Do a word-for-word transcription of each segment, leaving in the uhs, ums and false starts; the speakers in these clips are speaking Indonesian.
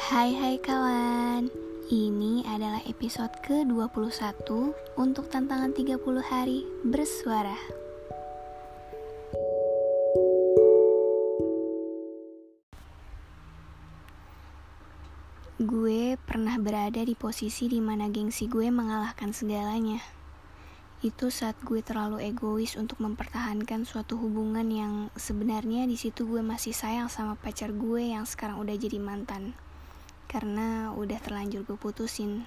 Hai hai kawan, ini adalah episode ke dua puluh satu untuk tantangan tiga puluh hari bersuara. Gue pernah berada di posisi dimana gengsi gue mengalahkan segalanya. Itu saat gue terlalu egois untuk mempertahankan suatu hubungan yang sebenarnya di situ gue masih sayang sama pacar gue yang sekarang udah jadi mantan. Karena udah terlanjur gue putusin.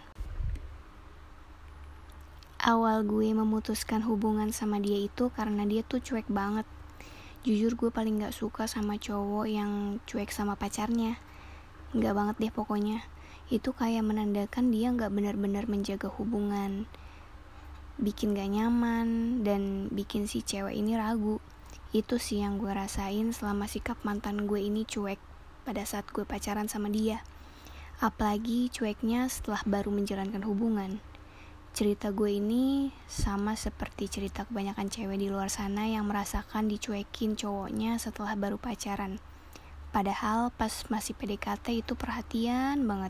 Awal gue memutuskan hubungan sama dia itu karena dia tuh cuek banget. Jujur gue paling gak suka sama cowok yang cuek sama pacarnya. Gak banget deh pokoknya. Itu kayak menandakan dia gak benar-benar menjaga hubungan, bikin gak nyaman, dan bikin si cewek ini ragu. Itu sih yang gue rasain selama sikap mantan gue ini cuek pada saat gue pacaran sama dia. Apalagi cueknya setelah baru menjalankan hubungan. Cerita gue ini sama seperti cerita kebanyakan cewek di luar sana yang merasakan dicuekin cowoknya setelah baru pacaran. Padahal pas masih P D K T itu perhatian banget.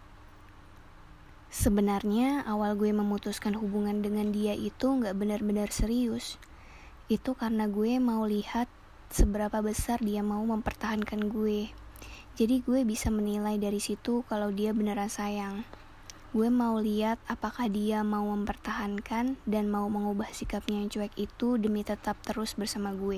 Sebenarnya awal gue memutuskan hubungan dengan dia itu gak benar-benar serius. Itu karena gue mau lihat seberapa besar dia mau mempertahankan gue. Jadi gue bisa menilai dari situ kalau dia beneran sayang. Gue mau lihat apakah dia mau mempertahankan dan mau mengubah sikapnya yang cuek itu demi tetap terus bersama gue.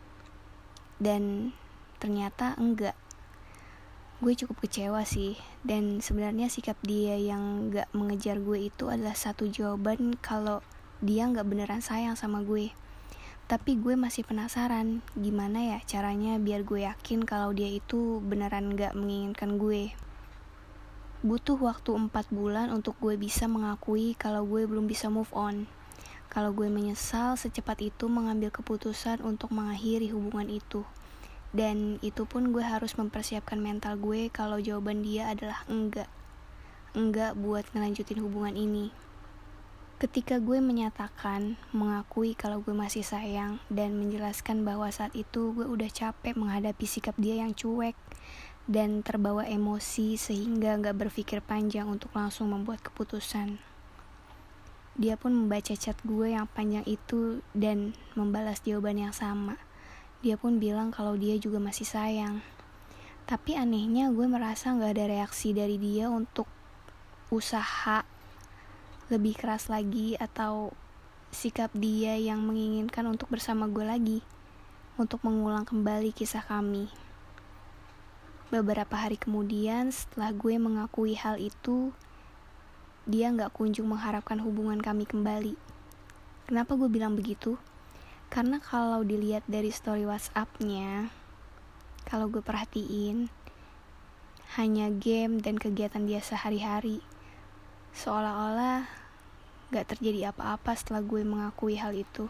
Dan ternyata enggak. Gue cukup kecewa sih. Dan sebenarnya sikap dia yang gak mengejar gue itu adalah satu jawaban kalau dia gak beneran sayang sama gue. Tapi gue masih penasaran gimana ya caranya biar gue yakin kalau dia itu beneran gak menginginkan gue. Butuh waktu empat bulan untuk gue bisa mengakui kalau gue belum bisa move on. Kalau gue menyesal secepat itu mengambil keputusan untuk mengakhiri hubungan itu. Dan itu pun gue harus mempersiapkan mental gue kalau jawaban dia adalah enggak. Enggak buat ngelanjutin hubungan ini. Ketika gue menyatakan, mengakui kalau gue masih sayang, dan menjelaskan bahwa saat itu gue udah capek menghadapi sikap dia yang cuek dan terbawa emosi sehingga gak berpikir panjang untuk langsung membuat keputusan. Dia pun membaca chat gue yang panjang itu dan membalas jawaban yang sama. Dia pun bilang kalau dia juga masih sayang. Tapi anehnya gue merasa gak ada reaksi dari dia untuk usaha lebih keras lagi atau sikap dia yang menginginkan untuk bersama gue lagi, untuk mengulang kembali kisah kami. Beberapa hari kemudian setelah gue mengakui hal itu, dia gak kunjung mengharapkan hubungan kami kembali. Kenapa gue bilang begitu? Karena kalau dilihat dari story WhatsApp-nya, kalau gue perhatiin, hanya game dan kegiatan dia sehari-hari. Seolah-olah gak terjadi apa-apa setelah gue mengakui hal itu.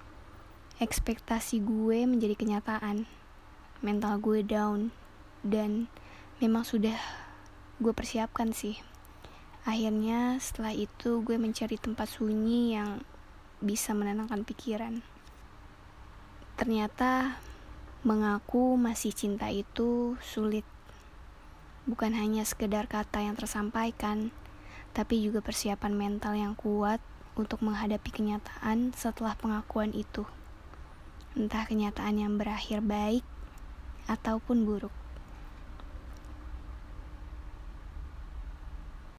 Ekspektasi gue menjadi kenyataan. Mental gue down. Dan memang sudah gue persiapkan sih. Akhirnya setelah itu gue mencari tempat sunyi yang bisa menenangkan pikiran. Ternyata mengaku masih cinta itu sulit. Bukan hanya sekedar kata yang tersampaikan, tapi juga persiapan mental yang kuat untuk menghadapi kenyataan setelah pengakuan itu. Entah kenyataan yang berakhir baik ataupun buruk.